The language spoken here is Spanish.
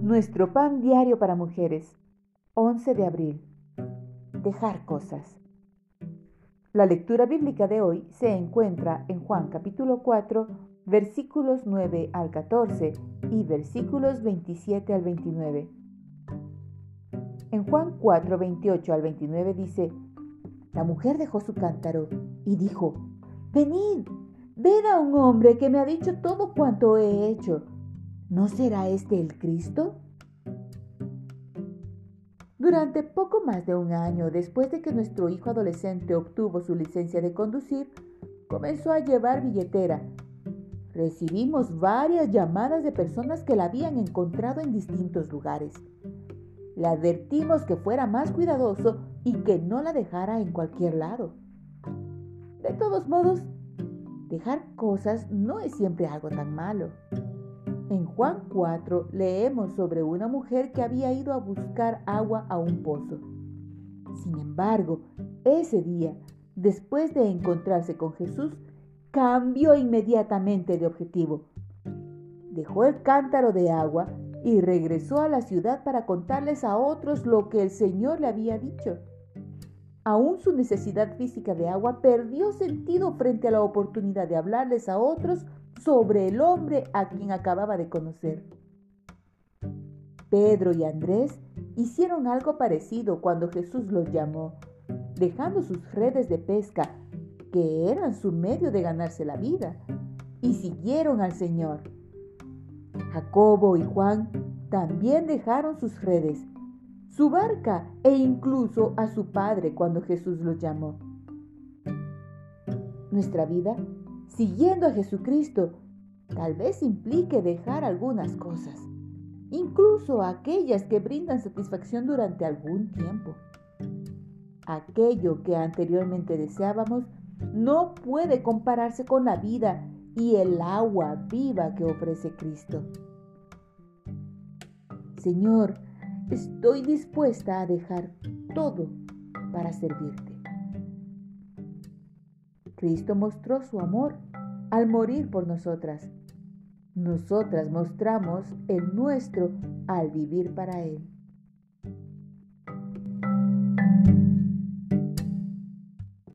Nuestro pan diario para mujeres, 11 de abril. Dejar cosas. La lectura bíblica de hoy se encuentra en Juan capítulo 4, versículos 9 al 14 y versículos 27 al 29. En Juan 4, 28 al 29 dice: La mujer dejó su cántaro y dijo: Venid, ved a un hombre que me ha dicho todo cuanto he hecho. ¿No será este el Cristo? Durante poco más de un año después de que nuestro hijo adolescente obtuvo su licencia de conducir, comenzó a llevar billetera. Recibimos varias llamadas de personas que la habían encontrado en distintos lugares. Le advertimos que fuera más cuidadoso y que no la dejara en cualquier lado. De todos modos, dejar cosas no es siempre algo tan malo. En Juan 4 leemos sobre una mujer que había ido a buscar agua a un pozo. Sin embargo, ese día, después de encontrarse con Jesús, cambió inmediatamente de objetivo. Dejó el cántaro de agua y regresó a la ciudad para contarles a otros lo que el Señor le había dicho. Aún su necesidad física de agua perdió sentido frente a la oportunidad de hablarles a otros sobre el hombre a quien acababa de conocer. Pedro y Andrés hicieron algo parecido cuando Jesús los llamó, dejando sus redes de pesca, que eran su medio de ganarse la vida, y siguieron al Señor. Jacobo y Juan también dejaron sus redes, su barca e incluso a su padre cuando Jesús los llamó. Nuestra vida, siguiendo a Jesucristo, tal vez implique dejar algunas cosas, incluso aquellas que brindan satisfacción durante algún tiempo. Aquello que anteriormente deseábamos no puede compararse con la vida y el agua viva que ofrece Cristo. Señor, estoy dispuesta a dejar todo para servirte. Cristo mostró su amor al morir por nosotras. Nosotras mostramos el nuestro al vivir para Él.